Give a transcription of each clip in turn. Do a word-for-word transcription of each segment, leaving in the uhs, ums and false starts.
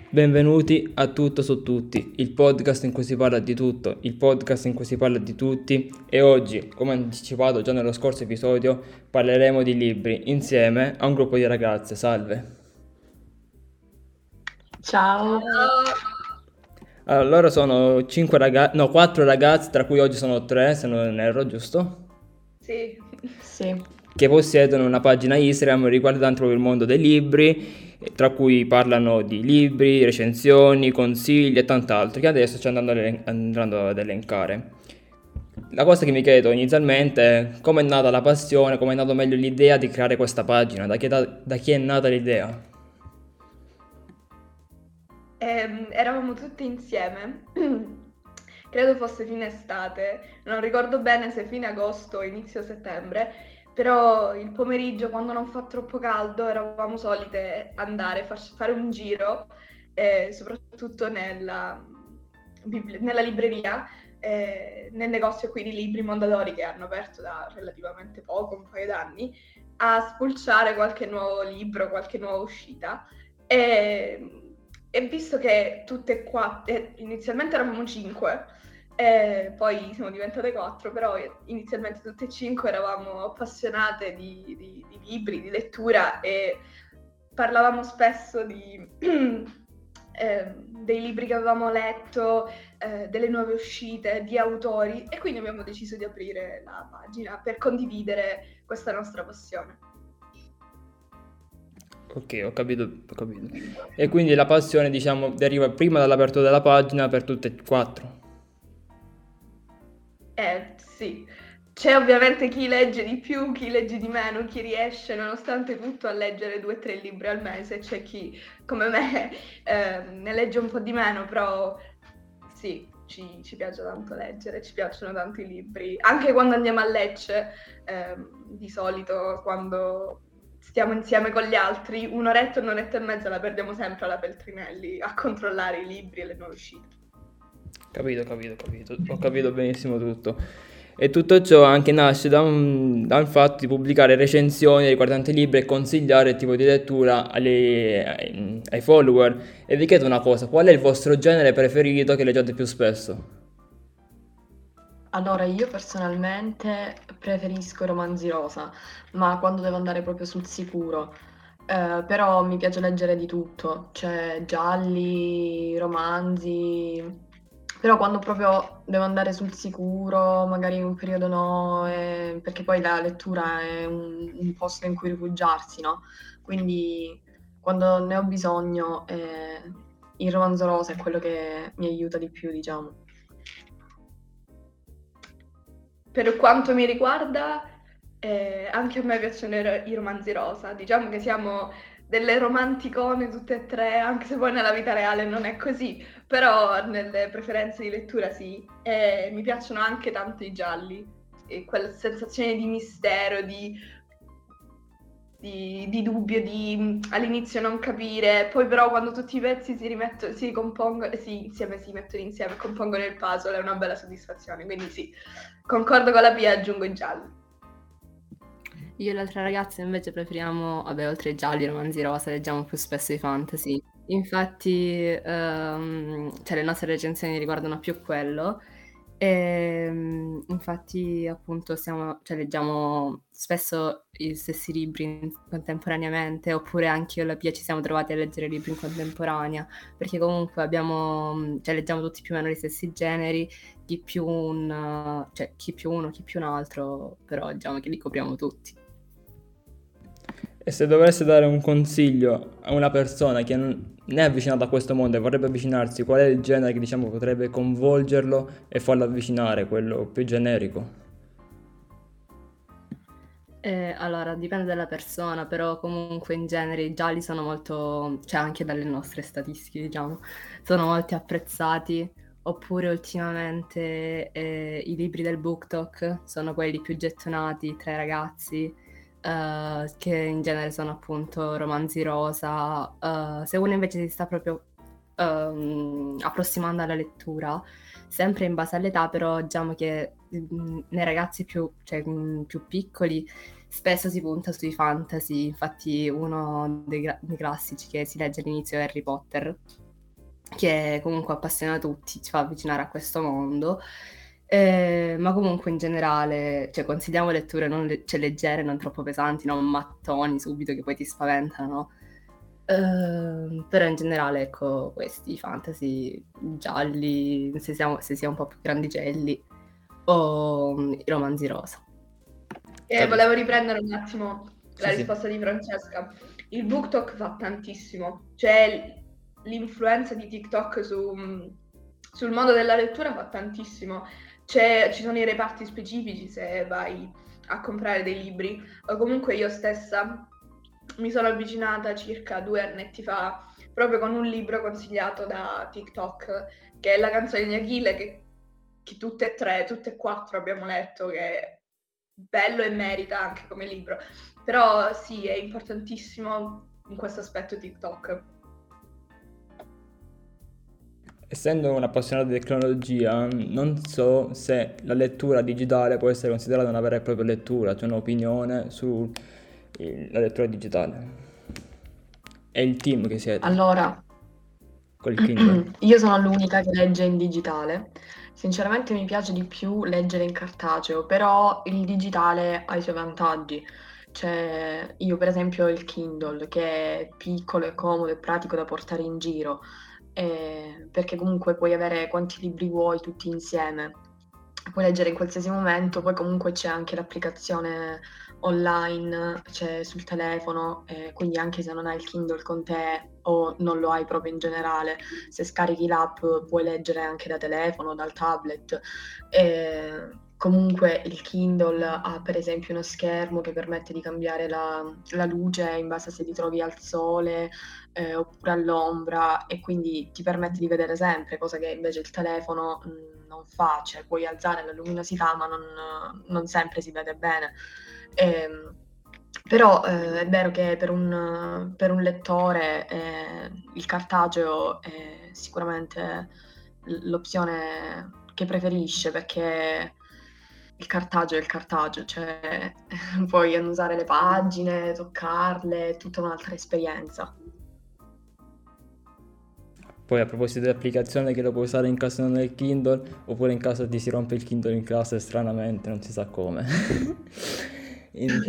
Benvenuti a Tutto su Tutti, il podcast in cui si parla di tutto, il podcast in cui si parla di tutti e oggi, come anticipato già nello scorso episodio, parleremo di libri insieme a un gruppo di ragazze. Salve! Ciao. Allora, loro sono cinque ragazzi, no, quattro ragazzi, tra cui oggi sono tre, se non erro, giusto? Sì. Sì. Che possiedono una pagina Instagram riguardante proprio il mondo dei libri, tra cui parlano di libri, recensioni, consigli e tant'altro, che adesso ci andando, elen- andando ad elencare. La cosa che mi chiedo inizialmente è come è nata la passione, come è nata meglio l'idea di creare questa pagina, da chi è, da- da chi è nata l'idea? Ehm, eravamo tutte insieme, credo fosse fine estate, non ricordo bene se fine agosto o inizio settembre, però il pomeriggio quando non fa troppo caldo eravamo solite andare, far- fare un giro, eh, soprattutto nella, bibli- nella libreria, eh, nel negozio qui di libri Mondadori che hanno aperto da relativamente poco, un paio d'anni, a spulciare qualche nuovo libro, qualche nuova uscita. E, e visto che tutte e quattro, eh, inizialmente eravamo cinque, eh, poi siamo diventate quattro, però inizialmente tutte e cinque eravamo appassionate di, di- di libri, di lettura e parlavamo spesso di, eh, dei libri che avevamo letto, eh, delle nuove uscite, di autori e quindi abbiamo deciso di aprire la pagina per condividere questa nostra passione. Ok, ho capito, ho capito. E quindi la passione, diciamo, deriva prima dall'apertura della pagina per tutte e quattro. Eh, sì. C'è ovviamente chi legge di più, chi legge di meno, chi riesce nonostante tutto a leggere due o tre libri al mese, c'è chi come me eh, ne legge un po' di meno, però sì, ci, ci piace tanto leggere, ci piacciono tanto i libri. Anche quando andiamo a Lecce, ehm, di solito quando stiamo insieme con gli altri, un'oretta, un'oretta e mezza la perdiamo sempre alla Feltrinelli a controllare i libri e le nuove uscite. Capito, capito, capito. Ho capito benissimo tutto. E tutto ciò anche nasce da un- dal fatto di pubblicare recensioni riguardanti libri e consigliare il tipo di lettura agli- ai, ai follower. E vi chiedo una cosa, qual è il vostro genere preferito che leggete più spesso? Allora, io personalmente preferisco i romanzi rosa, ma quando devo andare proprio sul sicuro. Eh, però mi piace leggere di tutto, cioè gialli, romanzi. Però quando proprio devo andare sul sicuro, magari in un periodo no, eh, perché poi la lettura è un, un posto in cui rifugiarsi, no? Quindi quando ne ho bisogno, eh, il romanzo rosa è quello che mi aiuta di più, diciamo. Per quanto mi riguarda, eh, anche a me piacciono i, ro- i romanzi rosa. Diciamo che siamo delle romanticone tutte e tre, anche se poi nella vita reale non è così, però nelle preferenze di lettura sì. E mi piacciono anche tanto i gialli, e quella sensazione di mistero, di, di, di dubbio, di mh, all'inizio non capire, poi però quando tutti i pezzi si rimettono, si ricompongono, sì, insieme si mettono insieme e compongono il puzzle, è una bella soddisfazione, quindi sì. Concordo con la Pia, aggiungo i gialli. Io e le altre ragazze invece preferiamo, vabbè, oltre ai gialli, i romanzi rosa, leggiamo più spesso i fantasy. Infatti, ehm, cioè le nostre recensioni riguardano più quello. E, mm, infatti, appunto, stiamo, cioè, leggiamo spesso gli stessi libri in- contemporaneamente, oppure anche io e la Pia ci siamo trovati a leggere libri in contemporanea, perché comunque abbiamo, mm, cioè, leggiamo tutti più o meno gli stessi generi, chi più un, eh, cioè, chi più uno, chi più un altro, però diciamo che li copriamo tutti. E se dovesse dare un consiglio a una persona che non è avvicinata a questo mondo e vorrebbe avvicinarsi, qual è il genere che diciamo potrebbe coinvolgerlo e farlo avvicinare, quello più generico? Eh, allora, dipende dalla persona, però comunque in genere i gialli sono molto, cioè anche dalle nostre statistiche, diciamo, sono molto apprezzati, oppure ultimamente eh, i libri del BookTok sono quelli più gettonati tra i ragazzi, eh, che in genere sono appunto romanzi rosa. Eh, se uno invece si sta proprio ehm, approssimando alla lettura, sempre in base all'età, però diciamo che mm, nei ragazzi più, cioè, mm, più piccoli spesso si punta sui fantasy, infatti uno dei, gra- dei classici che si legge all'inizio è Harry Potter. che comunque appassiona tutti, ci fa avvicinare a questo mondo. Eh, ma comunque in generale, cioè, consigliamo letture non le- cioè, leggere, non troppo pesanti, non mattoni subito che poi ti spaventano, no? Ehm, però in generale, ecco, questi fantasy gialli, se siamo, se siamo un po' più grandicelli, o mm, i romanzi rosa. E Cap- volevo riprendere un attimo la Sì, sì. risposta di Francesca. Il BookTok fa tantissimo, cioè l- l'influenza di TikTok su, sul mondo della lettura fa tantissimo. C'è- ci sono i reparti specifici se vai a comprare dei libri, o comunque io stessa mi sono avvicinata circa due annetti fa proprio con un libro consigliato da TikTok, che è La canzone di Achille, che, che tutte e tre, tutte e quattro abbiamo letto, che è bello e merita anche come libro. Però sì, è importantissimo in questo aspetto TikTok. Essendo un appassionato di tecnologia, non so se la lettura digitale può essere considerata una vera e propria lettura, c'è un'opinione sulla lettura digitale. È il team che siete Allora, col Kindle. io sono l'unica che legge in digitale. Sinceramente mi piace di più leggere in cartaceo, però il digitale ha i suoi vantaggi. Cioè, io per esempio ho il Kindle, che è piccolo e comodo e pratico da portare in giro, eh, perché comunque puoi avere quanti libri vuoi tutti insieme. Puoi leggere in qualsiasi momento, poi comunque c'è anche l'applicazione online, c'è sul telefono, eh, quindi anche se non hai il Kindle con te o non lo hai proprio in generale, se scarichi l'app puoi leggere anche da telefono, dal tablet. Eh, comunque il Kindle ha per esempio uno schermo che permette di cambiare la, la luce in base a se ti trovi al sole eh, oppure all'ombra e quindi ti permette di vedere sempre, cosa che invece il telefono mh, non fa, cioè puoi alzare la luminosità ma non, non sempre si vede bene. Ehm, però eh, è vero che per un, per un lettore eh, il cartaceo è sicuramente l- l'opzione che preferisce perché il cartaceo è il cartaceo, cioè puoi annusare le pagine, toccarle, è tutta un'altra esperienza. Poi a proposito di applicazione che lo puoi usare in caso non hai il Kindle, oppure in caso ti si rompe il Kindle in classe stranamente, non si sa come. In,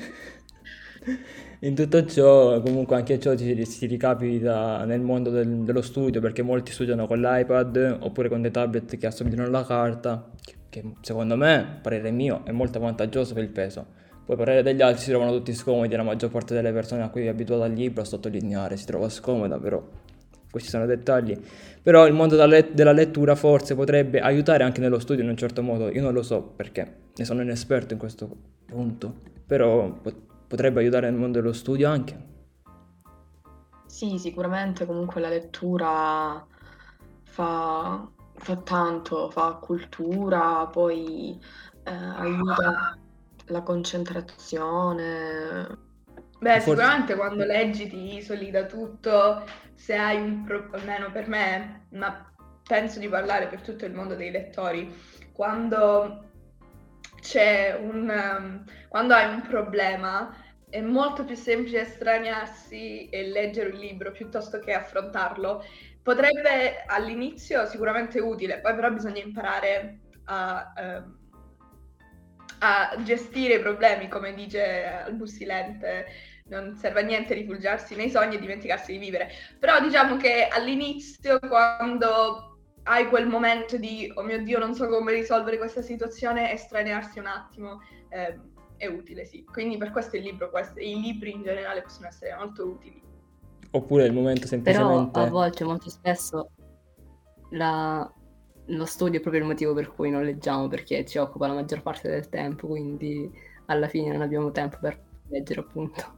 in tutto ciò, comunque anche ciò ci, si ricapita nel mondo del- dello studio, perché molti studiano con l'iPad oppure con dei tablet che assomigliano alla carta, che, che secondo me, parere mio, è molto vantaggioso per il peso. Poi parere degli altri si trovano tutti scomodi, la maggior parte delle persone a cui è abituata al libro a sottolineare si trova scomoda, però questi sono dettagli. Però il mondo della, let- della lettura forse potrebbe aiutare anche nello studio in un certo modo. Io non lo so perché ne sono inesperto in questo punto, però pot- potrebbe aiutare nel mondo dello studio anche. Sì, sicuramente comunque la lettura fa, fa tanto, fa cultura, poi eh, aiuta la concentrazione. Beh, Forse sicuramente quando leggi ti isoli da tutto, se hai un problema, almeno per me, ma penso di parlare per tutto il mondo dei lettori, quando c'è un, um, quando hai un problema è molto più semplice estraniarsi e leggere un libro piuttosto che affrontarlo. Potrebbe all'inizio sicuramente utile, poi però bisogna imparare a, ehm, a gestire i problemi, come dice Albus Silente, non serve a niente rifugiarsi nei sogni e dimenticarsi di vivere. Però diciamo che all'inizio, quando hai quel momento di oh mio Dio, non so come risolvere questa situazione, estranearsi un attimo eh, è utile, sì. Quindi per questo il libro, questo, i libri in generale possono essere molto utili. oppure il momento Però a semplicemente volte, molto spesso, la- lo studio è proprio il motivo per cui non leggiamo, perché ci occupa la maggior parte del tempo, quindi alla fine non abbiamo tempo per leggere, appunto.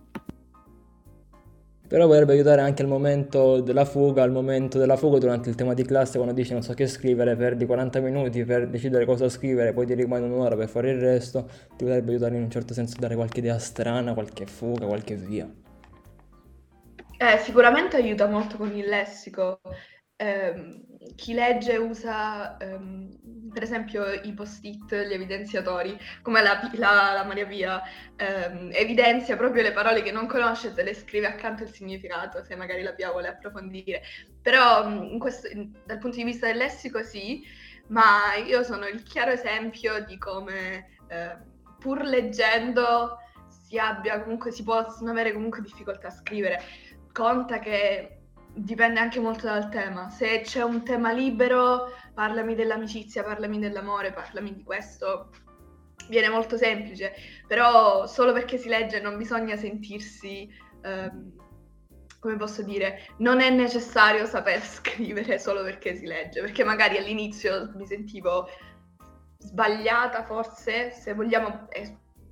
Però potrebbe aiutare anche al momento della fuga, al momento della fuga durante il tema di classe, quando dici non so che scrivere, perdi quaranta minuti per decidere cosa scrivere, poi ti rimane un'ora per fare il resto, ti potrebbe aiutare in un certo senso a dare qualche idea strana, qualche fuga, qualche via. Eh, sicuramente aiuta molto con il lessico. ehm, chi legge usa ehm, per esempio i post-it, gli evidenziatori, come la, la, la Maria Pia, ehm, evidenzia proprio le parole che non conosce, te le scrive accanto il significato, se magari la Pia vuole approfondire. Però in questo, in, dal punto di vista del lessico sì, ma io sono il chiaro esempio di come eh, pur leggendo si abbia comunque, si possono avere comunque difficoltà a scrivere. Conta che dipende anche molto dal tema. Se c'è un tema libero, parlami dell'amicizia, parlami dell'amore, parlami di questo, viene molto semplice. Però solo perché si legge non bisogna sentirsi, ehm, come posso dire, non è necessario saper scrivere solo perché si legge, perché magari all'inizio mi sentivo sbagliata forse, se vogliamo... Eh,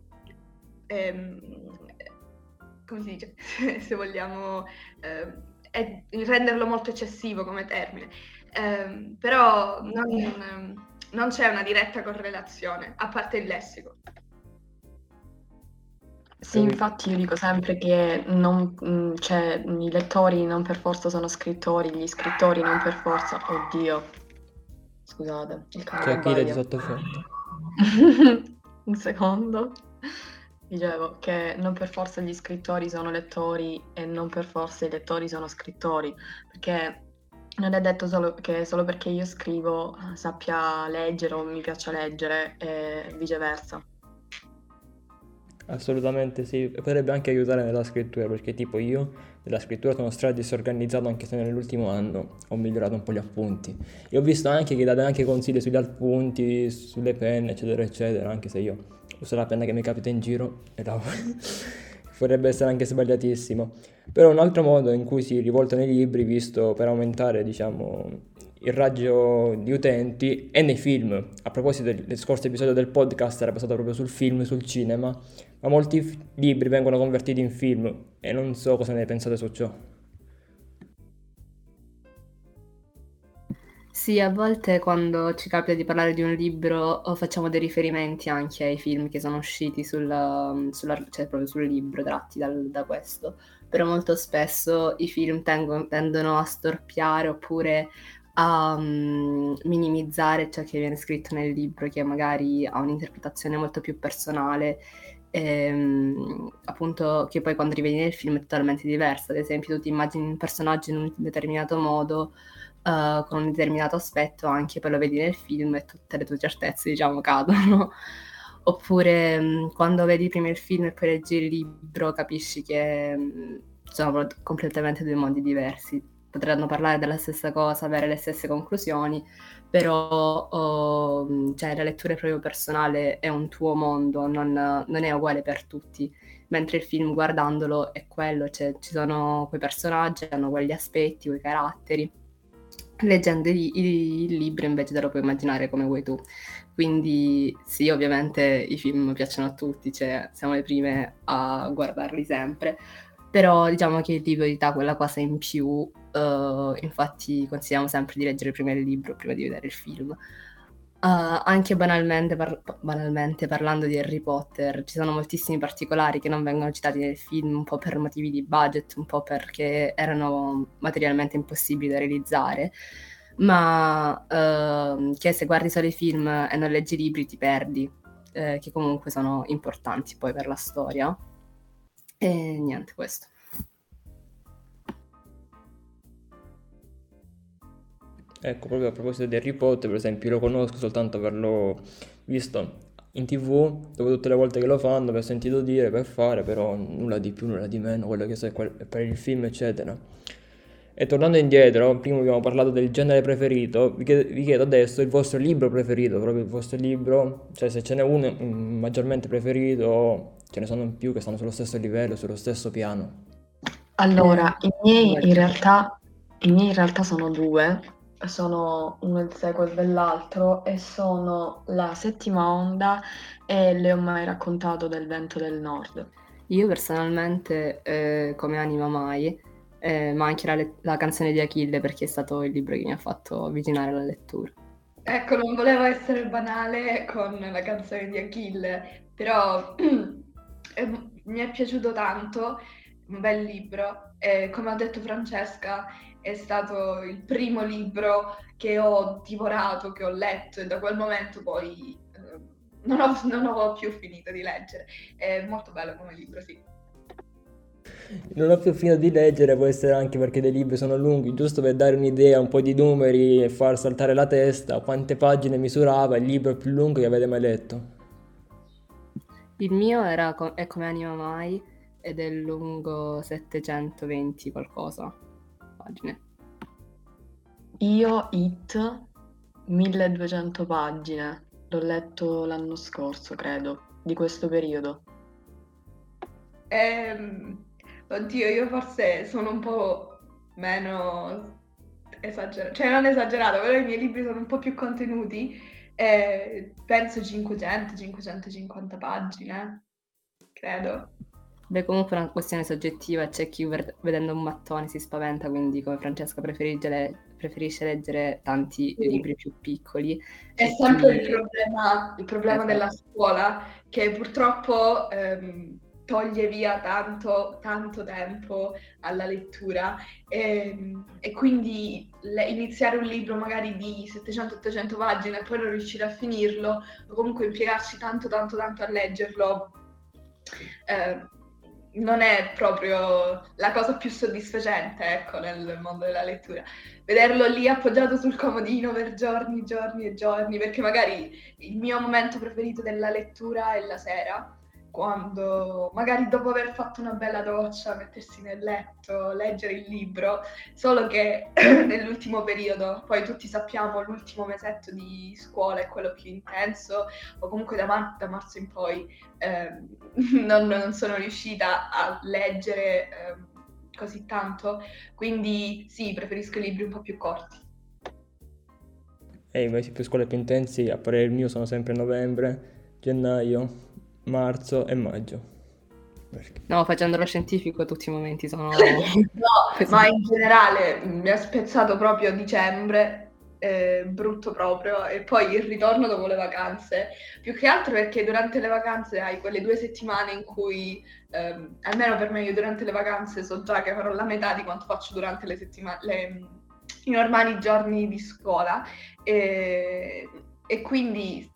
ehm, come si dice? se vogliamo... Eh, è renderlo molto eccessivo come termine, eh, però non, non c'è una diretta correlazione, a parte il lessico. Sì, infatti io dico sempre che non, mh, cioè, i lettori non per forza sono scrittori, gli scrittori non per forza... Oddio, scusate, il cane C'è Achille di abbaia. sottofondo. Un secondo. Dicevo che non per forza gli scrittori sono lettori e non per forza i lettori sono scrittori, perché non è detto solo che solo perché io scrivo sappia leggere o mi piaccia leggere e viceversa. Assolutamente sì, e potrebbe anche aiutare nella scrittura, perché tipo io nella scrittura sono stra disorganizzato, anche se nell'ultimo anno ho migliorato un po' gli appunti. E ho visto anche che date anche consigli sugli appunti, sulle penne, eccetera, eccetera, anche se io uso la penna che mi capita in giro e la... potrebbe essere anche sbagliatissimo. Però un altro modo in cui si rivoltano i libri, visto per aumentare, diciamo, il raggio di utenti, è nei film. A proposito del, del scorso episodio del podcast era basato proprio sul film, sul cinema, ma molti f- libri vengono convertiti in film e non so cosa ne pensate su ciò. Sì, a volte quando ci capita di parlare di un libro o facciamo dei riferimenti anche ai film che sono usciti sul, sulla- cioè proprio sul libro, tratti dal- da questo, però molto spesso i film tengo- tendono a storpiare oppure a mm, minimizzare ciò che viene scritto nel libro, che magari ha un'interpretazione molto più personale, ehm, appunto che poi quando rivedi nel film è totalmente diversa. Ad esempio, tu ti immagini un personaggio in un determinato modo, eh, con un determinato aspetto, anche poi lo vedi nel film e tutte le tue certezze, diciamo, cadono. Oppure mh, quando vedi prima il film e poi leggi il libro, capisci che mh, sono pro- completamente due mondi diversi. Potranno parlare della stessa cosa, avere le stesse conclusioni, però oh, mh, cioè, la lettura è proprio personale, è un tuo mondo, non, non è uguale per tutti. Mentre il film, guardandolo, è quello, cioè ci sono quei personaggi, hanno quegli aspetti, quei caratteri. Leggendo i, i- il libro invece te lo puoi immaginare come vuoi tu. Quindi sì, ovviamente i film piacciono a tutti, cioè siamo le prime a guardarli sempre, però diciamo che il libro ti dà quella cosa in più, eh, infatti consigliamo sempre di leggere prima il libro prima di vedere il film. Uh, anche banalmente, par- banalmente parlando di Harry Potter, ci sono moltissimi particolari che non vengono citati nel film, un po' per motivi di budget, un po' perché erano materialmente impossibili da realizzare, ma uh, che se guardi solo i film e non leggi i libri ti perdi, eh, che comunque sono importanti poi per la storia. E niente, questo. Ecco, proprio a proposito di Harry Potter, per esempio, io lo conosco soltanto averlo visto in tivù, dove tutte le volte che lo fanno, per sentito dire, per fare, però nulla di più, nulla di meno, quello che so è quel- per il film, eccetera. E tornando indietro, prima abbiamo parlato del genere preferito, vi chiedo, vi chiedo adesso il vostro libro preferito, proprio il vostro libro, cioè se ce n'è uno mm, maggiormente preferito, o ce ne sono in più che stanno sullo stesso livello, sullo stesso piano. Allora, Eh, i miei guarda. in realtà, i miei in realtà sono due, sono uno il sequel dell'altro e sono La settima onda e Le ho mai raccontato del vento del nord. Io personalmente, eh, come Anima Mai, eh, ma anche la, le- la canzone di Achille, perché è stato il libro che mi ha fatto avvicinare alla lettura. Ecco, non volevo essere banale con la canzone di Achille, però eh, mi è piaciuto tanto, un bel libro, e come ha detto Francesca, è stato il primo libro che ho divorato, che ho letto, e da quel momento poi eh, non, ho, non ho più finito di leggere. È molto bello come libro, sì. Non ho più finito di leggere, può essere anche perché dei libri sono lunghi, giusto per dare un'idea, un po' di numeri e far saltare la testa, quante pagine misurava il libro più lungo che avete mai letto? Il mio era co- è Come Anima Mai ed è lungo settecentoventi qualcosa pagine. Io It, milleduecento pagine, l'ho letto l'anno scorso, credo, di questo periodo. Ehm, oddio, io forse sono un po' meno esagerato, cioè non esagerato, però i miei libri sono un po' più contenuti, eh, penso cinquecento cinquecentocinquanta pagine, credo. Beh, comunque è una questione soggettiva e c'è chi ver- vedendo un mattone si spaventa, quindi come Francesca preferisce, le- preferisce leggere tanti Sì. libri più piccoli. È C'è sempre chi- il problema, il problema Esatto. della scuola, che purtroppo ehm, toglie via tanto, tanto tempo alla lettura e, e quindi le- iniziare un libro magari di settecento ottocento pagine e poi non riuscire a finirlo, o comunque impiegarci tanto tanto tanto a leggerlo, eh, non è proprio la cosa più soddisfacente, ecco, nel mondo della lettura. Vederlo lì appoggiato sul comodino per giorni, giorni e giorni, perché magari il mio momento preferito della lettura è la sera, quando magari dopo aver fatto una bella doccia, mettersi nel letto, leggere il libro, solo che nell'ultimo periodo, poi tutti sappiamo, l'ultimo mesetto di scuola è quello più intenso, o comunque da, mar- da marzo in poi eh, non, non sono riuscita a leggere eh, così tanto, quindi sì, preferisco i libri un po' più corti. E i mesi più scuole più intensi, a parere mio, sono sempre novembre, gennaio, marzo e maggio. Perché? No, facendo lo scientifico tutti i momenti sono... No, ma in generale mi ha spezzato proprio dicembre, eh, brutto proprio, e poi il ritorno dopo le vacanze, più che altro perché durante le vacanze hai quelle due settimane in cui, ehm, almeno per me, io durante le vacanze so già che farò la metà di quanto faccio durante le settimane, i normali giorni di scuola, e, e quindi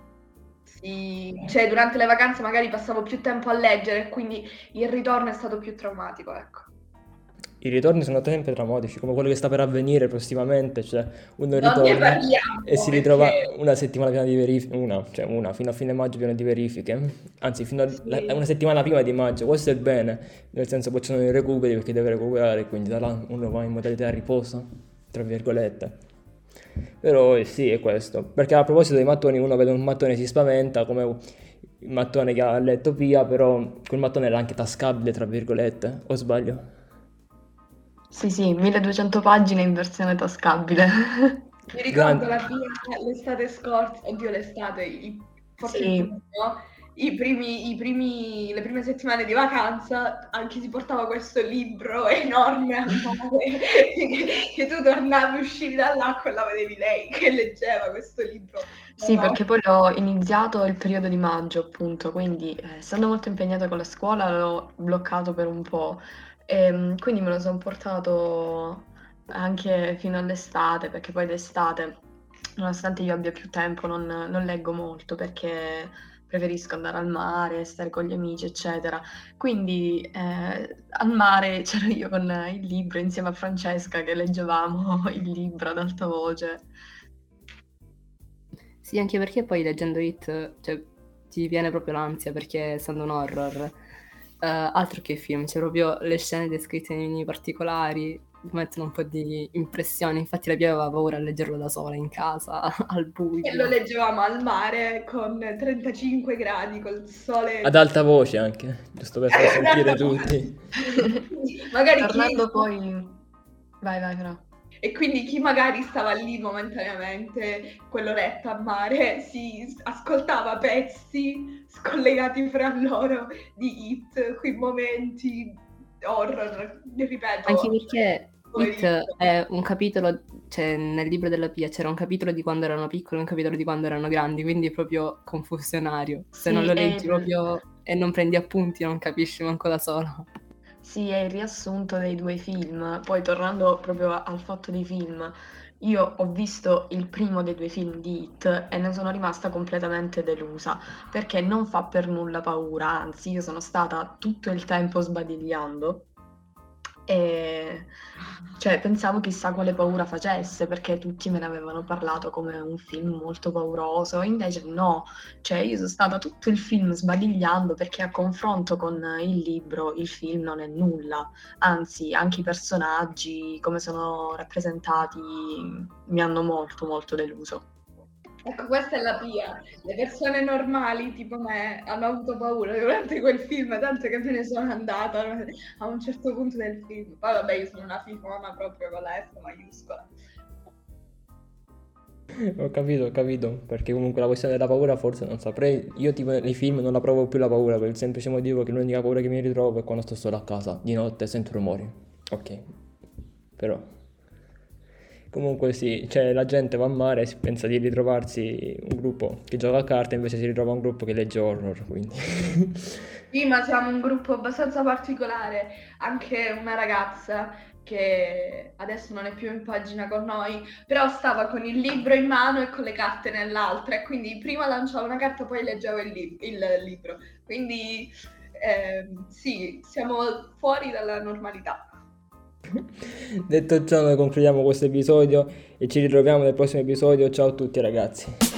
sì, cioè durante le vacanze magari passavo più tempo a leggere, quindi il ritorno è stato più traumatico, ecco. I ritorni sono sempre drammatici, come quello che sta per avvenire prossimamente, cioè uno Non ne ritorna parliamo e si ritrova perché una settimana piena di verifiche, una, cioè una, fino a fine maggio piena di verifiche, anzi fino a la- sì, una settimana prima di maggio, questo è il bene, nel senso poi ci sono i recuperi perché deve recuperare, quindi da là uno va in modalità riposo, tra virgolette. Però eh, sì, è questo, perché a proposito dei mattoni, uno vede un mattone e si spaventa, come il mattone che ha letto Pia, però quel mattone era anche tascabile, tra virgolette, o sbaglio? Sì, sì, milleduecento pagine in versione tascabile. mi ricordo Grande. la prima, l'estate scorsa, oddio l'estate, i- forse il Sì, giugno, i primi, i primi, le prime settimane di vacanza, anche si portava questo libro enorme al mare, che, che tu tornavi, uscivi dall'acqua e la vedevi lei che leggeva questo libro. sì, No, perché poi l'ho iniziato il periodo di maggio, appunto, quindi eh, essendo molto impegnata con la scuola l'ho bloccato per un po'. Ehm, quindi me lo sono portato anche fino all'estate, perché poi d'estate, nonostante io abbia più tempo, non, non leggo molto perché preferisco andare al mare, stare con gli amici, eccetera. Quindi eh, al mare c'ero io con il libro insieme a Francesca che leggevamo il libro ad alta voce. Sì, anche perché poi leggendo It, cioè, ti viene proprio l'ansia perché essendo un horror, eh, altro che film, c'è proprio le scene descritte nei minimi particolari, ti mettono un po' di impressioni, infatti la Pia aveva paura a leggerlo da sola in casa, al e lo buio. leggevamo al mare con trentacinque gradi, col Ad sole. alta voce anche, giusto per far sentire tutti. Magari chi Tornando poi... Vai, vai, però. E quindi chi magari stava lì momentaneamente quell'oretta a mare si ascoltava pezzi scollegati fra loro di It, quei momenti horror, ripeto. Anche perché It poverino. è un capitolo, cioè nel libro della Pia c'era un capitolo di quando erano piccoli e un capitolo di quando erano grandi, quindi è proprio confusionario. Se non Sì, lo e leggi il- proprio e non prendi appunti non capisci manco da solo. Sì, è il riassunto dei due film. Poi tornando proprio a- al fatto dei film, io ho visto il primo dei due film di It e ne sono rimasta completamente delusa, perché non fa per nulla paura, anzi, io sono stata tutto il tempo sbadigliando e cioè, pensavo chissà quale paura facesse, perché tutti me ne avevano parlato come un film molto pauroso, invece no, cioè io sono stata tutto il film sbadigliando perché a confronto con il libro il film non è nulla, anzi anche i personaggi, come sono rappresentati, mi hanno molto molto deluso. Ecco, questa è la Pia. Le persone normali, tipo me, hanno avuto paura durante quel film, tanto che me ne sono andata a un certo punto del film. Poi vabbè, io sono una fifona proprio con la F maiuscola. Ho capito, ho capito, perché comunque la questione della paura forse non saprei. Io tipo nei film non la provo più la paura per il semplice motivo che l'unica paura che mi ritrovo è quando sto solo a casa, di notte e sento rumori. Ok, però comunque sì, cioè la gente va a mare e si pensa di ritrovarsi un gruppo che gioca a carte, invece si ritrova un gruppo che legge horror, quindi Sì, ma siamo un gruppo abbastanza particolare, anche una ragazza che adesso non è più in pagina con noi, però stava con il libro in mano e con le carte nell'altra, e quindi prima lanciava una carta, poi leggeva il, lib- il libro. Quindi ehm, sì, siamo fuori dalla normalità. Detto ciò, noi concludiamo questo episodio e ci ritroviamo nel prossimo episodio. Ciao a tutti ragazzi.